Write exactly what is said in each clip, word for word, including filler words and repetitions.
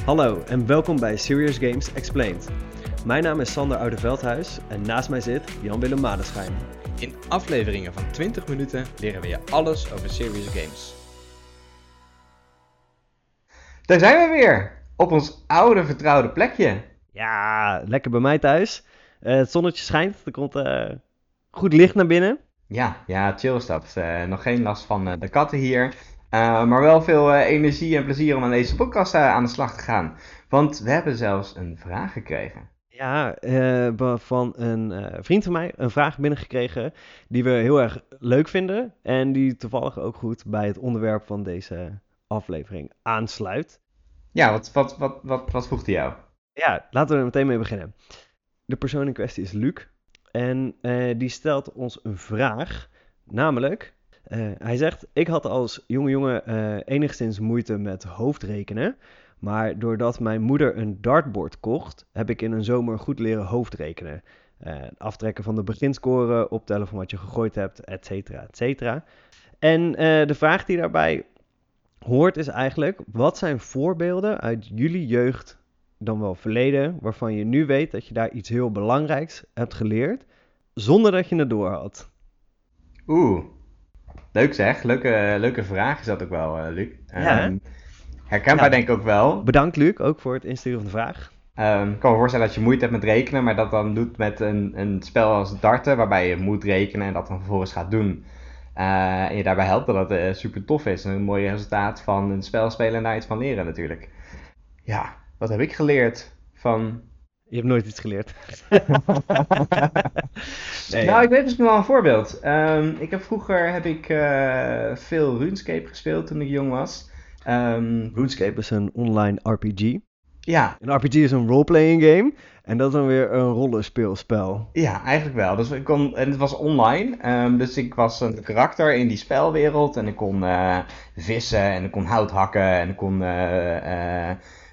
Hallo en welkom bij Serious Games Explained. Mijn naam is Sander Oudeveldhuis en naast mij zit Jan-Willem Madenschijn. In afleveringen van twintig minuten leren we je alles over serious games. Daar zijn we weer, op ons oude vertrouwde plekje. Ja, lekker bij mij thuis. Uh, het zonnetje schijnt, er komt uh, goed licht naar binnen. Ja, ja, chill is dat. Uh, nog geen last van uh, de katten hier. Uh, maar wel veel uh, energie en plezier om aan deze podcast uh, aan de slag te gaan. Want we hebben zelfs een vraag gekregen. Ja, uh, van een uh, vriend van mij een vraag binnengekregen die we heel erg leuk vinden. En die toevallig ook goed bij het onderwerp van deze aflevering aansluit. Ja, wat, wat, wat, wat, wat vroeg hij jou? Ja, laten we er meteen mee beginnen. De persoon in kwestie is Luc. En uh, die stelt ons een vraag. Namelijk, uh, hij zegt... Ik had als jonge jongen uh, enigszins moeite met hoofdrekenen. Maar doordat mijn moeder een dartboard kocht... heb ik in een zomer goed leren hoofdrekenen. Uh, aftrekken van de beginscore, optellen van wat je gegooid hebt, et cetera, et cetera. En uh, de vraag die daarbij hoort is eigenlijk... Wat zijn voorbeelden uit jullie jeugd... dan wel verleden, waarvan je nu weet dat je daar iets heel belangrijks hebt geleerd, zonder dat je het door had? Oeh, leuk zeg. Leuke, leuke vraag is dat ook wel, uh, Luc. Ja, um, herkenbaar ja. denk ik ook wel. Bedankt Luc, ook voor het insturen van de vraag. Um, ik kan me voorstellen dat je moeite hebt met rekenen, maar dat dan doet met een, een spel als darten, waarbij je moet rekenen en dat dan vervolgens gaat doen. Uh, en je daarbij helpt dat het uh, super tof is. En een mooi resultaat van een spel spelen en daar iets van leren natuurlijk. Ja, wat heb ik geleerd van... Je hebt nooit iets geleerd. nee, nou, ik weet misschien wel een voorbeeld. Um, ik heb vroeger heb ik uh, veel RuneScape gespeeld toen ik jong was. Um, RuneScape is een online R P G. Ja. Een R P G is een roleplaying game. En dat is dan weer een rollenspeelspel. Ja, eigenlijk wel. Dus ik kon, en het was online. Um, dus ik was een karakter in die spelwereld. En ik kon uh, vissen en ik kon hout hakken en ik kon... Uh, uh,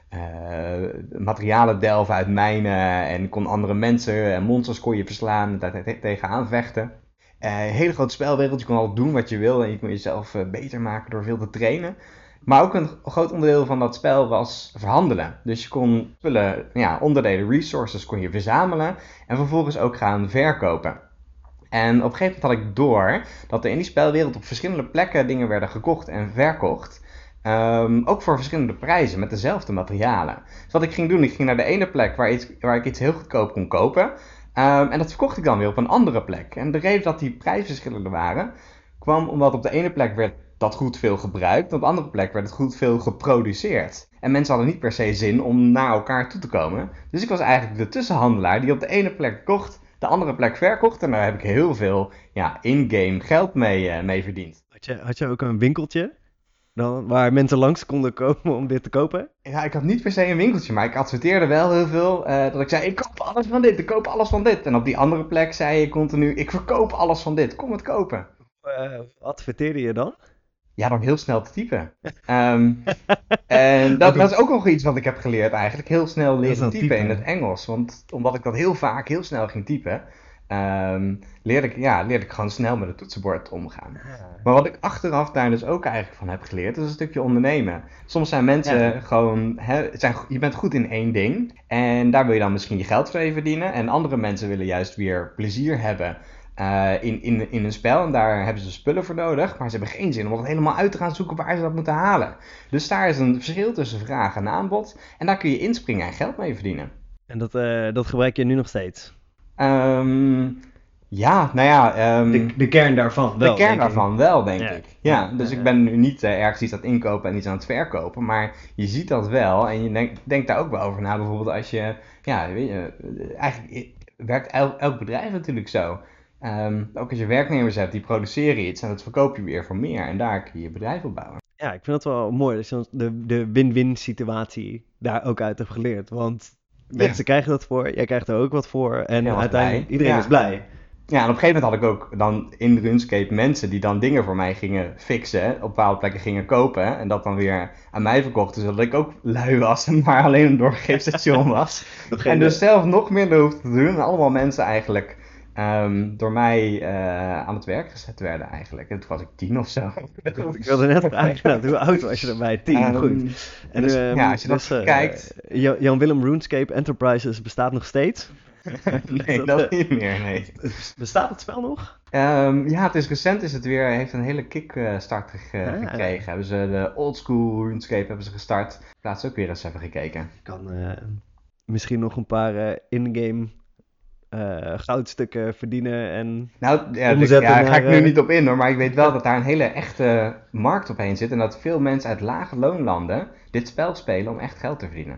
Uh, materialen delven uit mijnen en kon andere mensen en monsters kon je verslaan en daar te- tegenaan vechten. Een uh, hele grote spelwereld, je kon al doen wat je wil en je kon jezelf uh, beter maken door veel te trainen. Maar ook een groot onderdeel van dat spel was verhandelen. Dus je kon spullen, ja, onderdelen, resources kon je verzamelen en vervolgens ook gaan verkopen. En op een gegeven moment had ik door dat er in die spelwereld op verschillende plekken dingen werden gekocht en verkocht. Um, ook voor verschillende prijzen met dezelfde materialen. Dus wat ik ging doen, ik ging naar de ene plek waar, iets, waar ik iets heel goedkoop kon kopen. Um, en dat verkocht ik dan weer op een andere plek. En de reden dat die prijsverschillen er waren, kwam omdat op de ene plek werd dat goed veel gebruikt. En op de andere plek werd het goed veel geproduceerd. En mensen hadden niet per se zin om naar elkaar toe te komen. Dus ik was eigenlijk de tussenhandelaar die op de ene plek kocht, de andere plek verkocht. En daar heb ik heel veel ja, in-game geld mee, uh, mee verdiend. Had je, had je ook een winkeltje? Dan, waar mensen langs konden komen om dit te kopen? Ja, ik had niet per se een winkeltje, maar ik adverteerde wel heel veel. Uh, dat ik zei, ik koop alles van dit, ik koop alles van dit. En op die andere plek zei je continu, ik verkoop alles van dit, kom het kopen. Uh, adverteerde je dan? Ja, dan heel snel te typen. um, en dat, dat is ook nog iets wat ik heb geleerd eigenlijk. Heel snel leren typen, typen in het Engels. Want omdat ik dat heel vaak heel snel ging typen... Um, leerde, ik, ja, leerde ik gewoon snel met het toetsenbord omgaan. Ja. Maar wat ik achteraf daar dus ook eigenlijk van heb geleerd, is een stukje ondernemen. Soms zijn mensen ja. gewoon, hè, zijn, je bent goed in één ding en daar wil je dan misschien je geld mee verdienen. En andere mensen willen juist weer plezier hebben uh, in, in, in een spel en daar hebben ze spullen voor nodig. Maar ze hebben geen zin om het helemaal uit te gaan zoeken waar ze dat moeten halen. Dus daar is een verschil tussen vraag en aanbod en daar kun je inspringen en geld mee verdienen. En dat, uh, dat gebruik je nu nog steeds? Um, ja, nou ja... Um, de, de kern daarvan wel, De kern daarvan ik. wel, denk ja. ik. Ja, ja dus ja, ik ben nu niet uh, ergens iets aan het inkopen en iets aan het verkopen. Maar je ziet dat wel en je denkt denk daar ook wel over na. Bijvoorbeeld als je... Ja, weet je, eigenlijk werkt elk, elk bedrijf natuurlijk zo. Um, ook als je werknemers hebt, die produceren iets en dat verkoop je weer voor meer. En daar kun je je bedrijf op bouwen. Ja, ik vind het wel mooi dat je de, de win-win situatie daar ook uit hebt geleerd. Want... Mensen ja. krijgen dat voor, jij krijgt er ook wat voor en ja, uiteindelijk blij. iedereen ja. is blij. Ja, en op een gegeven moment had ik ook dan in RuneScape mensen die dan dingen voor mij gingen fixen, op bepaalde plekken gingen kopen en dat dan weer aan mij verkochten, zodat ik ook lui was en maar alleen een doorgeefstation was. en dus zelf nog minder hoefde te doen en allemaal mensen eigenlijk ehm, door mij eh, aan het werk gezet werden eigenlijk. En toen was ik tien of zo. Ik wilde net vragen, nou, hoe oud was je erbij? Tien, Ehm, goed. En dus ehm, ja, als je dat dus, eh, kijkt... Jan- Jan-Willem RuneScape Enterprises bestaat nog steeds. nee, dat, dat eh, niet meer, nee. Bestaat het spel nog? Ehm, ja, het is recent is het weer, heeft een hele kickstart ge- Ah. gekregen. Hebben ze de oldschool RuneScape hebben ze gestart. Laatst ook weer eens even gekeken. Ik kan eh, misschien nog een paar eh, in-game eh, goudstukken verdienen en... Nou, ja, ik- Omzetten ja, daar ga ik naar, nu eh, niet op in hoor, maar ik weet wel dat daar een hele echte markt omheen zit. En dat veel mensen uit lage loonlanden dit spel spelen om echt geld te verdienen.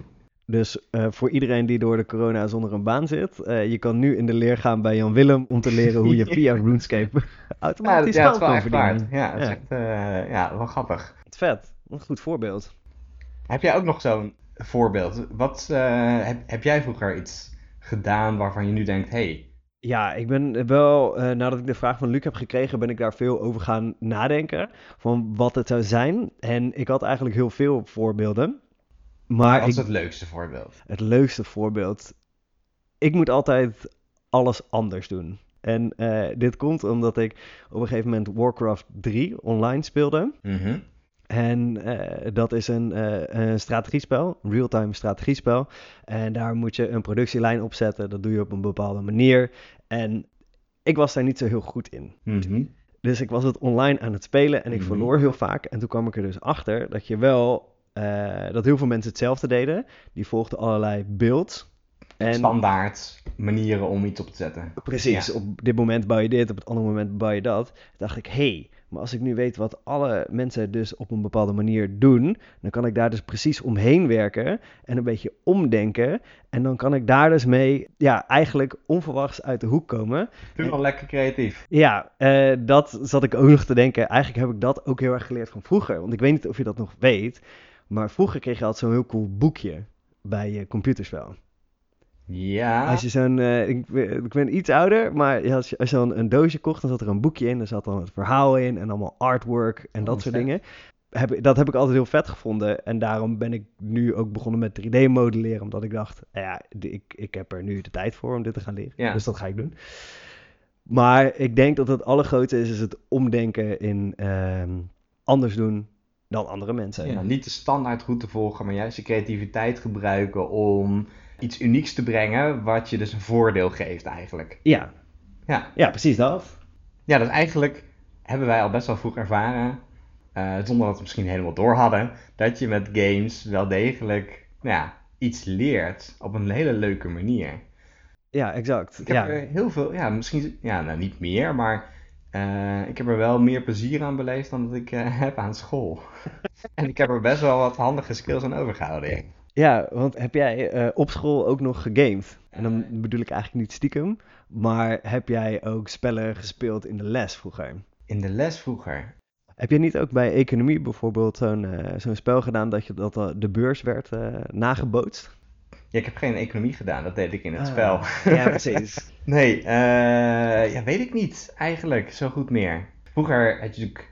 Dus eh, voor iedereen die door de corona zonder een baan zit, eh, je kan nu in de leer gaan bij Jan Willem om te leren hoe je via RuneScape Ja, automatisch ja, het geld is wel kan echt verdienen. waard. Ja, het is Ja. echt eh, ja, wel grappig. Vet, een goed voorbeeld. Heb jij ook nog zo'n voorbeeld? Wat, eh, heb, heb jij vroeger iets gedaan waarvan je nu denkt, hey, Ja, ik ben wel, eh, nadat ik de vraag van Luc heb gekregen, ben ik daar veel over gaan nadenken van wat het zou zijn. En ik had eigenlijk heel veel voorbeelden. Maar wat is ik, het leukste voorbeeld? het leukste voorbeeld, ik moet altijd alles anders doen. En eh, dit komt omdat ik op een gegeven moment Warcraft drie online speelde. Mhm. En eh, dat is een, eh, een strategiespel, een real-time strategiespel. En daar moet je een productielijn opzetten. Dat doe je op een bepaalde manier. En ik was daar niet zo heel goed in. Mhm. Dus ik was het online aan het spelen en ik Mhm. verloor heel vaak. En toen kwam ik er dus achter dat je wel, eh, dat heel veel mensen hetzelfde deden. Die volgden allerlei builds. En Standaard manieren om iets op te zetten. precies, Ja. op dit moment bouw je dit, op het andere moment bouw je dat. Toen dacht ik, hé, hey, maar als ik nu weet wat alle mensen dus op een bepaalde manier doen, dan kan ik daar dus precies omheen werken en een beetje omdenken. En dan kan ik daar dus mee, ja, eigenlijk onverwachts uit de hoek komen. Toen al lekker creatief. Ja, eh, dat zat ik ook nog te denken. Eigenlijk heb ik dat ook heel erg geleerd van vroeger. Want ik weet niet of je dat nog weet, maar vroeger kreeg je altijd zo'n heel cool boekje bij je computerspel. Ja. Als je zo'n, eh, ik, ben- ik ben iets ouder, maar als je, als je dan een doosje kocht, dan zat er een boekje in. Er zat dan het verhaal in en allemaal artwork en dat Oh, soort vet. dingen. Heb, ik- dat heb ik altijd heel vet gevonden. En daarom ben ik nu ook begonnen met drie D modelleren. Omdat ik dacht, nou ja, de- ik, ik heb er nu de tijd voor om dit te gaan leren. Ja. Dus dat ga ik doen. Maar ik denk dat het allergrootste is, is het omdenken in ehm, anders doen dan andere mensen. Ja, niet de standaard route volgen, maar juist je creativiteit gebruiken om iets unieks te brengen, wat je dus een voordeel geeft eigenlijk. Ja, Ja, ja, precies dat. ja dat eigenlijk hebben wij al best wel vroeg ervaren, eh, zonder dat we het misschien helemaal door hadden, dat je met games wel degelijk nou ja, iets leert op een hele leuke manier. Ja, exact. Ik heb Ja. er heel veel, ja, misschien, ja, nou niet meer, maar eh, ik heb er wel meer plezier aan beleefd dan dat ik eh, heb aan school. En ik heb er best wel wat handige skills aan overgehouden. Ja. Ja, want heb jij eh, op school ook nog gegamed? En dan bedoel ik eigenlijk niet stiekem, maar heb jij ook spellen gespeeld in de les vroeger? In de les vroeger. Heb jij niet ook bij economie bijvoorbeeld zo'n eh, zo'n spel gedaan dat, je, dat eh, de beurs werd eh, nagebootst? Ja, ik heb geen economie gedaan, dat deed ik in het Ah, spel. Ja, precies. Nee, eh, ja, weet ik niet eigenlijk zo goed meer. Vroeger had je natuurlijk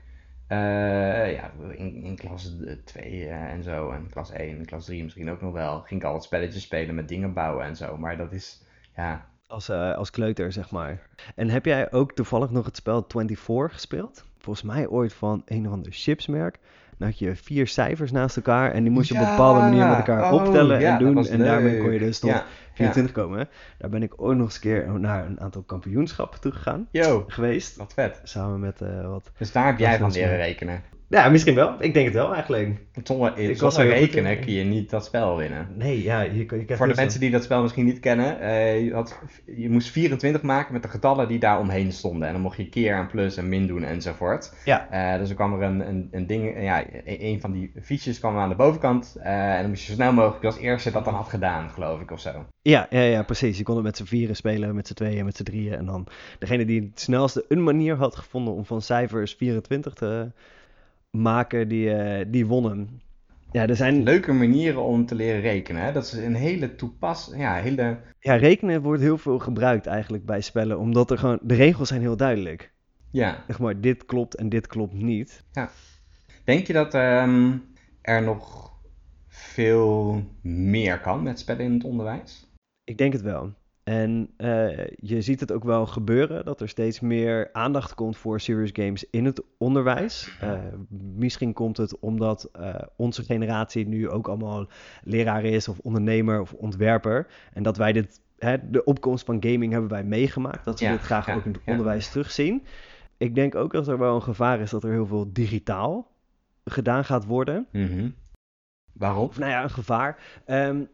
eh, ja, in, in klas twee eh, en zo, en klas één en klas drie misschien ook nog wel, ging ik altijd spelletjes spelen met dingen bouwen en zo. Maar dat is, ja, Als, eh, als kleuter, zeg maar. En heb jij ook toevallig nog het spel vierentwintig gespeeld? Volgens mij ooit van een of ander chipsmerk. Dan had je vier cijfers naast elkaar en die moest je op een bepaalde manier met elkaar oh, optellen ja, en dat doen. was En daarmee kon je leuk. dus tot Ja, vierentwintig komen. Daar ben ik ooit nog eens een keer naar een aantal kampioenschappen toe gegaan, Yo, geweest. wat vet. Samen met eh, wat... Dus daar heb jij Dat van was leren leuk. rekenen. Ja, misschien wel. Ik denk het wel eigenlijk. Zonder, Ik was zonder er heel goed rekenen in. kun je niet dat spel winnen. Nee, ja, je, je krijgt Voor de heel mensen die dat spel misschien niet kennen, eh, je, had, je moest vierentwintig maken met de getallen die daar omheen stonden. En dan mocht je keer en plus en min doen enzovoort. Ja. Eh, dus dan kwam er een, een, een ding, ja, een, een van die fiches kwam aan de bovenkant. eh, en dan moest je zo snel mogelijk als eerste dat dan had gedaan, geloof ik, of zo. Ja, ja, ja, precies. Je kon het met z'n vieren spelen, met z'n tweeën, met z'n drieën. En dan degene die het snelste een manier had gevonden om van cijfers vierentwintig te maken, die, eh, die won hem. Ja, er zijn... Leuke manieren om te leren rekenen. Hè? Dat is een hele toepas, ja, hele... Ja, rekenen wordt heel veel gebruikt eigenlijk bij spellen, omdat er gewoon... De regels zijn heel duidelijk. Ja. Zeg maar, dit klopt en dit klopt niet. Denk je dat ehm, er nog veel meer kan met spellen in het onderwijs? Ik denk het wel. En uh, je ziet het ook wel gebeuren, dat er steeds meer aandacht komt voor serious games in het onderwijs. Uh, misschien komt het omdat uh, onze generatie nu ook allemaal leraar is of ondernemer of ontwerper. En dat wij dit, hè, de opkomst van gaming hebben wij meegemaakt. Dat we ja, dit graag ja, ook in het ja. onderwijs terugzien. Ik denk ook dat er wel een gevaar is dat er heel veel digitaal gedaan gaat worden. Mm-hmm. Waarom? Of, nou ja, een gevaar. Um,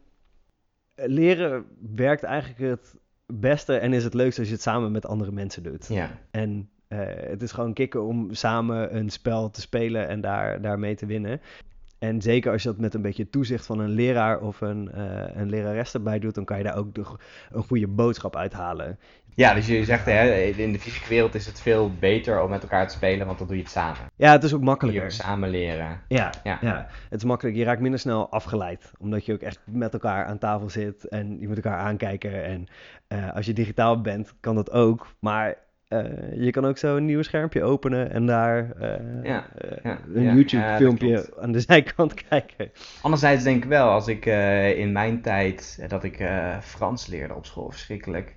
leren werkt eigenlijk het beste en is het leukste als je het samen met andere mensen doet. Ja. En uh, het is gewoon kicken om samen een spel te spelen en daar, daarmee te winnen. En zeker als je dat met een beetje toezicht van een leraar of een, uh, een lerares erbij doet, dan kan je daar ook de, een goede boodschap uithalen. Ja, dus je zegt, hè, in de fysieke wereld is het veel beter om met elkaar te spelen, want dan doe je het samen. Ja, het is ook makkelijker. Je samen leren. Ja, ja. ja, het is makkelijk. Je raakt minder snel afgeleid, omdat je ook echt met elkaar aan tafel zit en je moet elkaar aankijken. En uh, als je digitaal bent, kan dat ook, maar uh, je kan ook zo een nieuw schermpje openen en daar uh, ja, uh, ja, een ja, YouTube-filmpje ja, aan de zijkant kijken. Anderzijds denk ik wel, als ik uh, in mijn tijd, dat ik uh, Frans leerde op school, verschrikkelijk,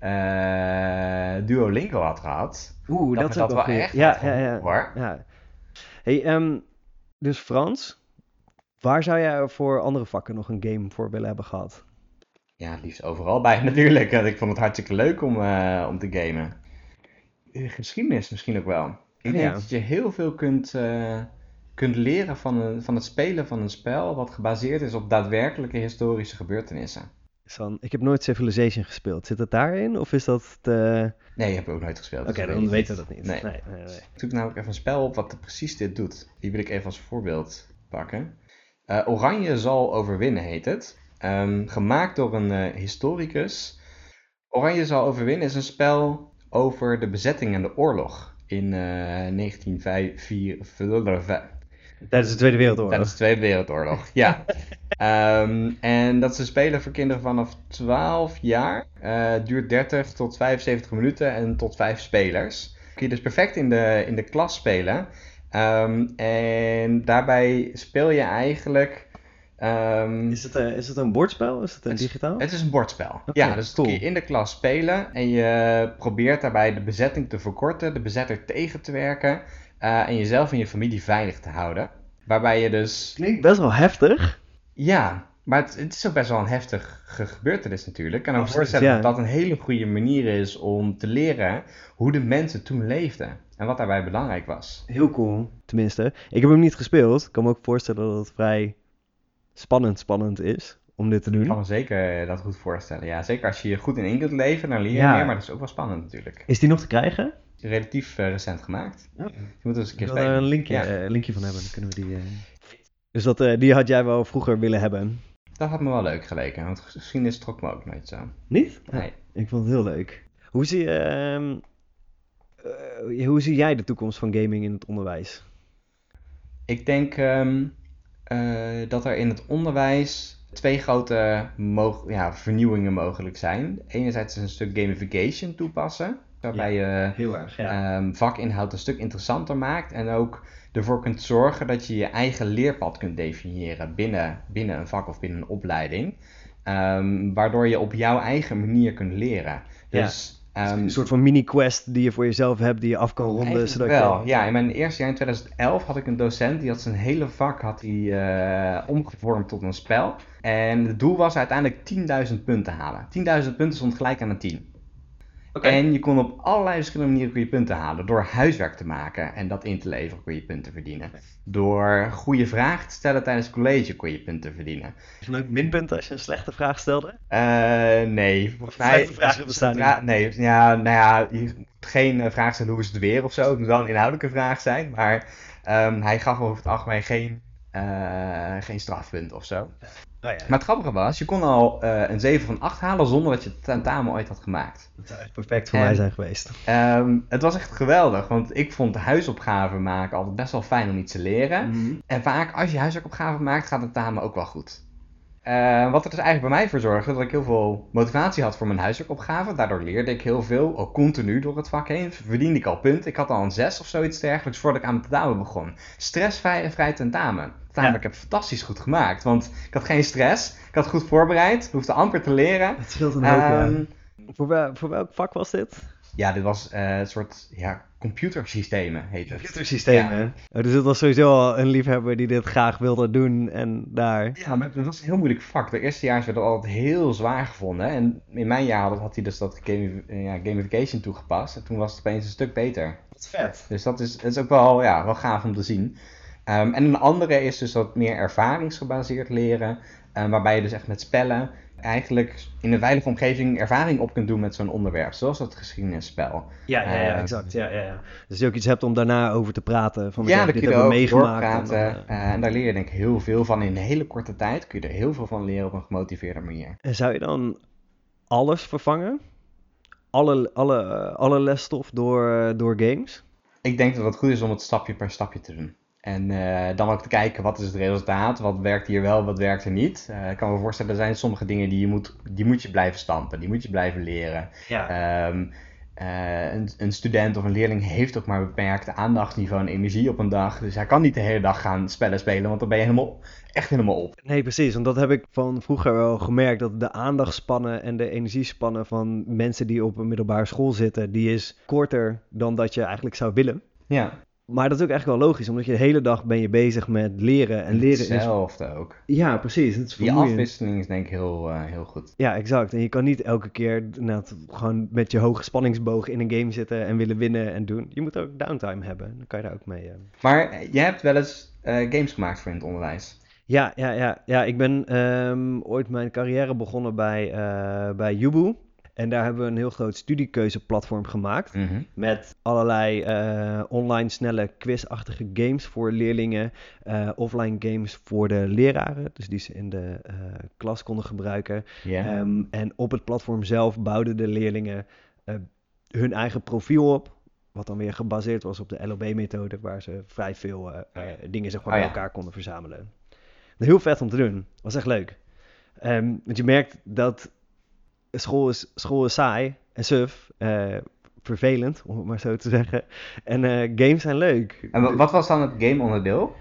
uh, Duolingo had gehad. Oeh, dat, dat is dat wel goeie. echt ja, ja, ja, hoor. Ja. Hey, um, dus Frans, waar zou jij voor andere vakken nog een game voor willen hebben gehad? Ja, liefst overal bij natuurlijk. Ik vond het hartstikke leuk om, uh, om te gamen. Geschiedenis misschien ook wel. Ik denk ja. dat je heel veel kunt, uh, kunt leren van, een, van het spelen van een spel wat gebaseerd is op daadwerkelijke historische gebeurtenissen. San, ik heb nooit Civilization gespeeld. Zit het daarin of is dat te... Nee, ik heb ook nooit gespeeld. Oké, okay, dan weten we dat niet. Nee. Nee, nee, nee. Ik zoek namelijk even een spel op wat precies dit doet. Die wil ik even als voorbeeld pakken. Uh, Oranje zal overwinnen heet het. Um, gemaakt door een uh, historicus. Oranje zal overwinnen is een spel over de bezetting en de oorlog in uh, negentien vijfenveertig. Tijdens de Tweede Wereldoorlog. Tijdens de Tweede Wereldoorlog, ja. um, en dat ze spelen voor kinderen vanaf twaalf jaar. Uh, duurt dertig tot vijfenzeventig minuten en tot vijf spelers. Kun je dus perfect in de, in de klas spelen. Um, en daarbij speel je eigenlijk... Um, is, het, uh, is het een bordspel? Is het een het digitaal? Het is een bordspel. Okay, ja, dus cool. kun je in de klas spelen en je probeert daarbij de bezetting te verkorten, de bezetter tegen te werken uh, en jezelf en je familie veilig te houden. Waarbij je dus... Klinkt best wel heftig. Ja, maar het, het is ook best wel een heftige gebeurtenis natuurlijk. Ik kan me oh, voorstellen ja. dat dat een hele goede manier is om te leren hoe de mensen toen leefden. En wat daarbij belangrijk was. Heel cool, tenminste. Ik heb hem niet gespeeld. Ik kan me ook voorstellen dat het vrij spannend spannend is om dit te doen. Ik kan me zeker dat goed voorstellen. Ja, zeker als je je goed in in kunt leven, dan leer je ja. meer. Maar dat is ook wel spannend natuurlijk. Is die nog te krijgen? Relatief uh, recent gemaakt. Ja. Je moet eens een keer ik wil spelen. er een linkje, ja. uh, linkje van hebben. Dan kunnen we die... Uh... Dus dat, uh, die had jij wel vroeger willen hebben? Dat had me wel leuk geleken. Want geschiedenis trok me ook nooit zo. Niet? Nee. Ja, ik vond het heel leuk. Hoe zie, uh, uh, hoe zie jij de toekomst van gaming in het onderwijs? Ik denk um, uh, dat er in het onderwijs twee grote mo- ja, vernieuwingen mogelijk zijn. Enerzijds is een stuk gamification toepassen. Waarbij ja, je heel erg, ja. um, vakinhoud een stuk interessanter maakt. En ook ervoor kunt zorgen dat je je eigen leerpad kunt definiëren binnen, binnen een vak of binnen een opleiding. Um, waardoor je op jouw eigen manier kunt leren. Dus... Ja. Um, een soort van mini-quest die je voor jezelf hebt, die je af kan ronden. Zodat wel, je... ja. In mijn eerste jaar in twintig elf had ik een docent, die had zijn hele vak had die, uh, omgevormd tot een spel. En het doel was uiteindelijk tienduizend punten halen. tienduizend punten stond gelijk aan een tien. Okay. En je kon op allerlei verschillende manieren kun je punten halen. Door huiswerk te maken en dat in te leveren kon je punten verdienen. Door goede vragen te stellen tijdens het college kon je punten verdienen. Heb je ook minpunten als je een slechte vraag stelde? Uh, nee, volgens mij... Slechte vragen bestaan niet. Nee, ja, nou ja, je moet geen uh, vraag stellen hoe is het weer of zo. Het moet wel een inhoudelijke vraag zijn. Maar um, hij gaf over het algemeen geen, uh, geen strafpunt of zo. Oh ja. Maar het grappige was, je kon al uh, een zeven van acht halen zonder dat je het tentamen ooit had gemaakt. Dat zou echt perfect voor en, mij zijn geweest. Um, het was echt geweldig, want ik vond huisopgaven maken altijd best wel fijn om iets te leren. Mm-hmm. En vaak als je huiswerkopgaven maakt, gaat het tentamen ook wel goed. Uh, wat er dus eigenlijk bij mij voor zorgde, dat ik heel veel motivatie had voor mijn huiswerkopgave. Daardoor leerde ik heel veel, ook continu door het vak heen. Verdiende ik al punten. Ik had al een zes of zoiets dergelijks voordat ik aan mijn tentamen begon. Stressvrij en vrij tentamen. Tentamen, ja. Ik heb fantastisch goed gemaakt, want ik had geen stress. Ik had goed voorbereid, hoefde amper te leren. Het scheelt een hoop, um, ja. Voor, wel- voor welk vak was dit? Ja, dit was eh, een soort ja, computersystemen heet het. Computersystemen. Ja. Oh, dus het was sowieso al een liefhebber die dit graag wilde doen en daar... Ja, maar het was een heel moeilijk vak. De eerste jaar werd het altijd heel zwaar gevonden. En in mijn jaar had, had hij dus dat gami- ja, gamification toegepast. En toen was het opeens een stuk beter. Wat vet. Dus dat is, dat is ook wel, ja, wel gaaf om te zien. Ehm, en een andere is dus wat meer ervaringsgebaseerd leren. eh, waarbij je dus echt met spellen eigenlijk in een veilige omgeving ervaring op kunt doen met zo'n onderwerp. Zoals dat geschiedenisspel. Ja, ja, ja, Eh, exact. Ja, ja, ja. Dus je ook iets hebt om daarna over te praten. Van, Ja, oké, daar dit kun je hebben we over meegemaakt. En doorpraten. dan, eh, eh, en daar leer je denk ik heel veel van. In een hele korte tijd kun je er heel veel van leren op een gemotiveerde manier. En zou je dan alles vervangen? Alle, alle, eh, alle lesstof door, eh, door games? Ik denk dat het goed is om het stapje per stapje te doen. En eh, dan ook te kijken wat is het resultaat, wat werkt hier wel, wat werkt er niet. Eh, ik kan me voorstellen, er zijn sommige dingen die je moet, die moet je blijven stampen, die moet je blijven leren. Ja. Ehm, eh, een, een student of een leerling heeft ook maar een beperkt aandachtsniveau en energie op een dag. Dus hij kan niet de hele dag gaan spellen spelen, want dan ben je helemaal, echt helemaal op. Nee, precies. Want dat heb ik van vroeger wel gemerkt. Dat de aandachtspannen en de energiespannen van mensen die op een middelbare school zitten, die is korter dan dat je eigenlijk zou willen. Ja, Maar dat is ook eigenlijk wel logisch, omdat je de hele dag ben je bezig met leren. En leren is... hetzelfde ook. Ja, precies. Het is Die vermoeiend. afwisseling is denk ik heel, eh, heel goed. Ja, exact. En je kan niet elke keer inderdaad gewoon met je hoge spanningsboog in een game zitten en willen winnen en doen. Je moet ook downtime hebben. Dan kan je daar ook mee... eh, Maar eh, jij hebt wel eens eh, games gemaakt voor in het onderwijs. Ja, ja, ja, ja, ik ben ehm, ooit mijn carrière begonnen bij, eh bij Yubu. En daar hebben we een heel groot studiekeuzeplatform gemaakt. Mhm. Met allerlei eh, online snelle quizachtige games voor leerlingen. eh, offline games voor de leraren. Dus die ze in de eh, klas konden gebruiken. Ja. Ehm, en op het platform zelf bouwden de leerlingen eh, hun eigen profiel op. Wat dan weer gebaseerd was op de L O B-methode. Waar ze vrij veel eh, eh, dingen zeg maar, Oh bij ja. elkaar konden verzamelen. Heel vet om te doen. Was echt leuk. Ehm, want je merkt dat school is, school is saai en suf. eh, vervelend, om het maar zo te zeggen. En eh, games zijn leuk. En wa- wat was dan het game onderdeel?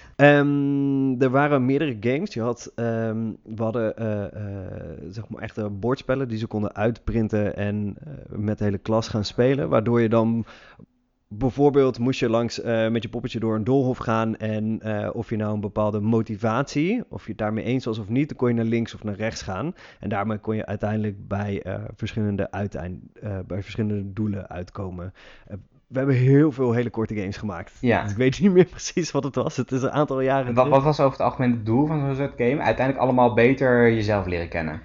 Ehm, er waren meerdere games. Je had, ehm, we hadden eh, eh, zeg maar echte bordspellen die ze konden uitprinten en eh, met de hele klas gaan spelen. Waardoor je dan bijvoorbeeld moest je langs eh, met je poppetje door een doolhof gaan en eh, of je nou een bepaalde motivatie, of je het daarmee eens was of niet, dan kon je naar links of naar rechts gaan. En daarmee kon je uiteindelijk bij, eh, verschillende, uiteind, eh, bij verschillende doelen uitkomen. Uh, we hebben heel veel hele korte games gemaakt. Ja. Dus ik weet niet meer precies wat het was. Het is een aantal jaren En wat, terug. wat was over het algemeen het doel van zo'n soort game? Uiteindelijk allemaal beter jezelf leren kennen.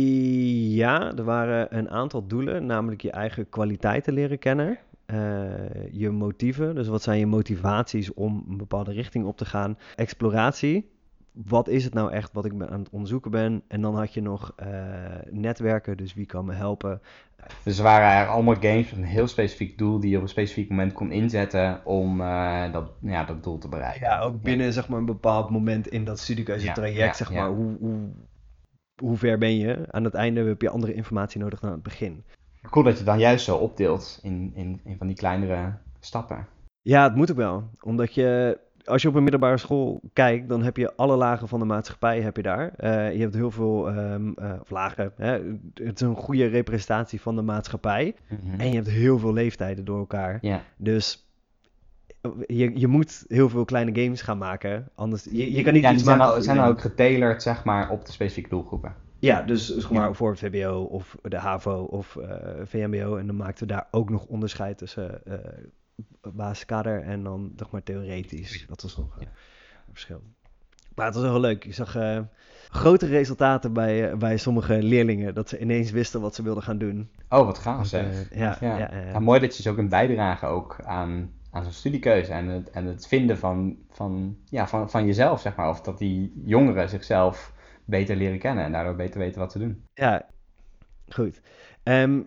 Ja, er waren een aantal doelen, namelijk je eigen kwaliteiten leren kennen. Uh, je motieven, dus wat zijn je motivaties om een bepaalde richting op te gaan. Exploratie, wat is het nou echt wat ik ben aan het onderzoeken ben. En dan had je nog uh, netwerken, dus wie kan me helpen. Dus er waren eigenlijk allemaal games met een heel specifiek doel die je op een specifiek moment kon inzetten om uh, dat, ja, dat doel te bereiken. Ja, ook binnen ja. zeg maar, een bepaald moment in dat studiekeuzetraject, ja, ja, zeg maar, ja. hoe, hoe, hoe ver ben je? Aan het einde heb je andere informatie nodig dan aan het begin. Cool dat je het dan juist zo opdeelt in, in, in van die kleinere stappen. Ja, het moet ook wel. Omdat je, als je op een middelbare school kijkt, dan heb je alle lagen van de maatschappij heb je daar. Uh, je hebt heel veel um, uh, of lagen. Hè? Het is een goede representatie van de maatschappij. Mm-hmm. En je hebt heel veel leeftijden door elkaar. Yeah. Dus je, je moet heel veel kleine games gaan maken. Anders, je, je kan niet ja, iets die maken. Zijn, al, zijn dan ook getailerd, zeg maar, op de specifieke doelgroepen. Ja, dus zeg maar, ja. voor het V B O of de HAVO of uh, V M B O. En dan maakten we daar ook nog onderscheid tussen uh, basiskader en dan zeg maar theoretisch. Dat was nog uh, een verschil. Maar het was wel heel leuk. Ik zag uh, grote resultaten bij, uh, bij sommige leerlingen. Dat ze ineens wisten wat ze wilden gaan doen. Oh, wat gaaf zeg. Uh, ja, ja. Ja, ja, ja. Ja, mooi dat je dus ook een bijdrage ook aan, aan zo'n studiekeuze. En het, en het vinden van, van, ja, van, van jezelf, zeg maar. Of dat die jongeren zichzelf beter leren kennen en daardoor beter weten wat te doen. Ja, goed. Um,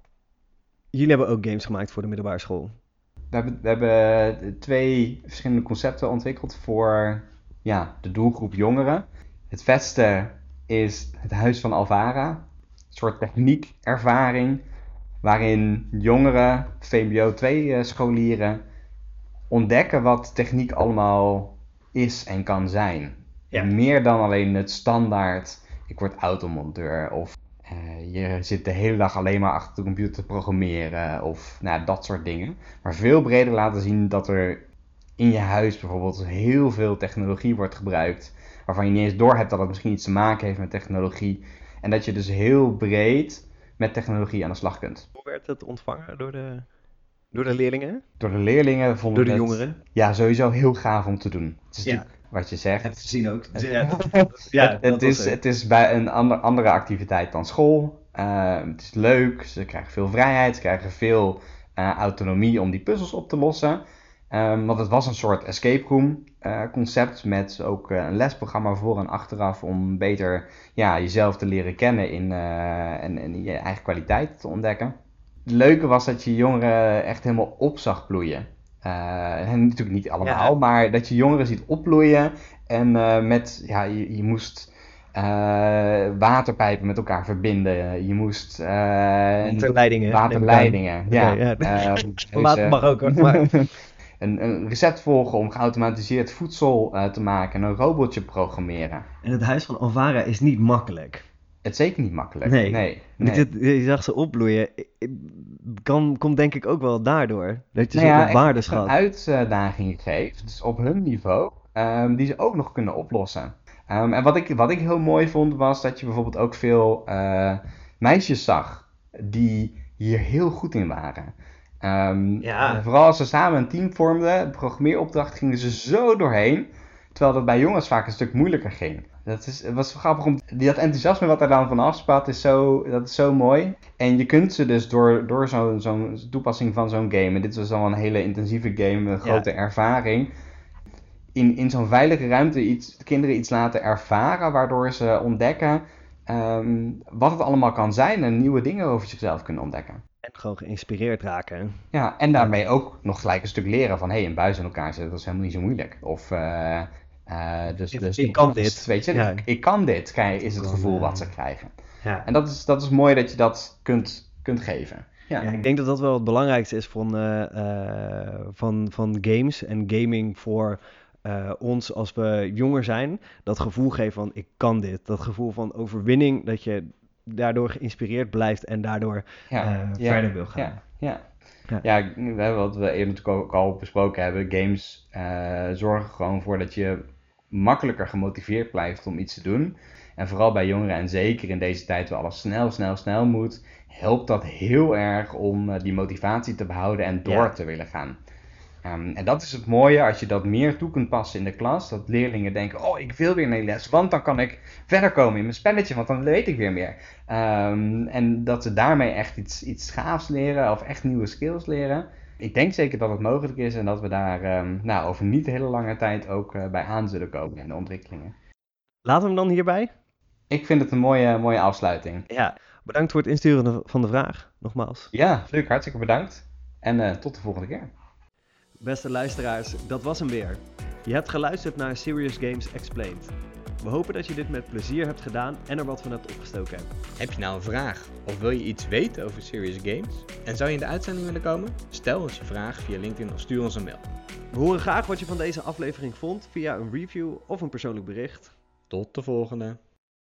jullie hebben ook games gemaakt voor de middelbare school. We hebben, we hebben twee verschillende concepten ontwikkeld voor ja, de doelgroep jongeren. Het vetste is het Huis van Alvara. Een soort techniekervaring waarin jongeren, V M B O twee scholieren, ontdekken wat techniek allemaal is en kan zijn. Ja. Meer dan alleen het standaard, ik word automonteur of uh, je zit de hele dag alleen maar achter de computer te programmeren of nou, dat soort dingen. Maar veel breder laten zien dat er in je huis bijvoorbeeld heel veel technologie wordt gebruikt, waarvan je niet eens doorhebt dat het misschien iets te maken heeft met technologie. En dat je dus heel breed met technologie aan de slag kunt. Hoe werd het ontvangen door de, door de leerlingen? Door de leerlingen vonden Door de het, jongeren? Ja, sowieso heel gaaf om te doen. Het is Ja. natuurlijk wat je zegt. Heb je gezien ook. Ja, Ja, dat het, was is, het. het is bij een ander, andere activiteit dan school. Uh, het is leuk, ze krijgen veel vrijheid, ze krijgen veel uh, autonomie om die puzzels op te lossen. Um, want het was een soort escape room uh, concept met ook uh, een lesprogramma voor en achteraf om beter ja, jezelf te leren kennen in, uh, en, en je eigen kwaliteiten te ontdekken. Het leuke was dat je jongeren echt helemaal op zag bloeien. Uh, en natuurlijk niet allemaal, Ja. maar dat je jongeren ziet opbloeien en uh, met, ja, je, je moest uh, waterpijpen met elkaar verbinden. Je moest uh, Waterleidingen. waterleidingen, ja. Oké, ja. Uh, Water mag ook hoor. Maar... een, een recept volgen om geautomatiseerd voedsel uh, te maken en een robotje programmeren. En het huis van Alvara is niet makkelijk. Het is zeker niet makkelijk. Nee. nee, nee. Dit- Je zag ze opbloeien. Kan, komt denk ik ook wel daardoor. Dat je Nou ja, zoveel echt waarde een schat. uitdaging geeft, dus op hun niveau, um, die ze ook nog kunnen oplossen. Um, en wat ik, wat ik heel mooi vond, was dat je bijvoorbeeld ook veel uh, meisjes zag die hier heel goed in waren. Um, Ja. Vooral als ze samen een team vormden, de programmeeropdracht gingen ze zo doorheen, terwijl dat bij jongens vaak een stuk moeilijker ging. Dat is, het was grappig om, dat enthousiasme wat er dan van afspat, is zo, dat is zo mooi. En je kunt ze dus door, door zo'n zo'n toepassing van zo'n game, en dit was dan een hele intensieve game, een grote Ja. ervaring, in, in zo'n veilige ruimte iets, kinderen iets laten ervaren, waardoor ze ontdekken um, wat het allemaal kan zijn en nieuwe dingen over zichzelf kunnen ontdekken. En gewoon geïnspireerd raken. Ja, en daarmee ook nog gelijk een stuk leren van, hé, hey, een buis in elkaar zetten, dat is helemaal niet zo moeilijk. Of, uh, uh, dus, Ik- dus ik kan dit. Weet je, Ja. ik, ik kan dit, krijg- is het kan, gevoel uh, wat ze krijgen. Ja. En dat is, dat is mooi dat je dat kunt, kunt geven. Ja. Ja, ik denk dat dat wel het belangrijkste is van, eh, eh, van, van games en gaming voor eh, ons als we jonger zijn. Dat gevoel geven van ik kan dit. Dat gevoel van overwinning, dat je daardoor geïnspireerd blijft en daardoor Ja. eh, Ja. verder wil gaan. Ja, ja. Ja. Ja, we hebben wat we eerder natuurlijk ook al besproken hebben. Games uh, zorgen gewoon voor dat je makkelijker gemotiveerd blijft om iets te doen. En vooral bij jongeren, en zeker in deze tijd waar alles snel, snel, snel moet, helpt dat heel erg om uh, die motivatie te behouden en door Ja. te willen gaan. Um, en dat is het mooie als je dat meer toe kunt passen in de klas. Dat leerlingen denken, oh, ik wil weer naar die les, want dan kan ik verder komen in mijn spelletje, want dan weet ik weer meer. Um, en dat ze daarmee echt iets, iets gaafs leren of echt nieuwe skills leren. Ik denk zeker dat het mogelijk is en dat we daar um, nou, over niet hele lange tijd ook uh, bij aan zullen komen in de ontwikkelingen. Laten we hem dan hierbij. Ik vind het een mooie, mooie afsluiting. Ja, bedankt voor het insturen van de vraag, nogmaals. Ja, Luc, hartstikke bedankt. En uh, tot de volgende keer. Beste luisteraars, dat was hem weer. Je hebt geluisterd naar Serious Games Explained. We hopen dat je dit met plezier hebt gedaan en er wat van hebt opgestoken hebt. Heb je nou een vraag of wil je iets weten over Serious Games? En zou je in de uitzending willen komen? Stel ons je vraag via LinkedIn of stuur ons een mail. We horen graag wat je van deze aflevering vond via een review of een persoonlijk bericht. Tot de volgende!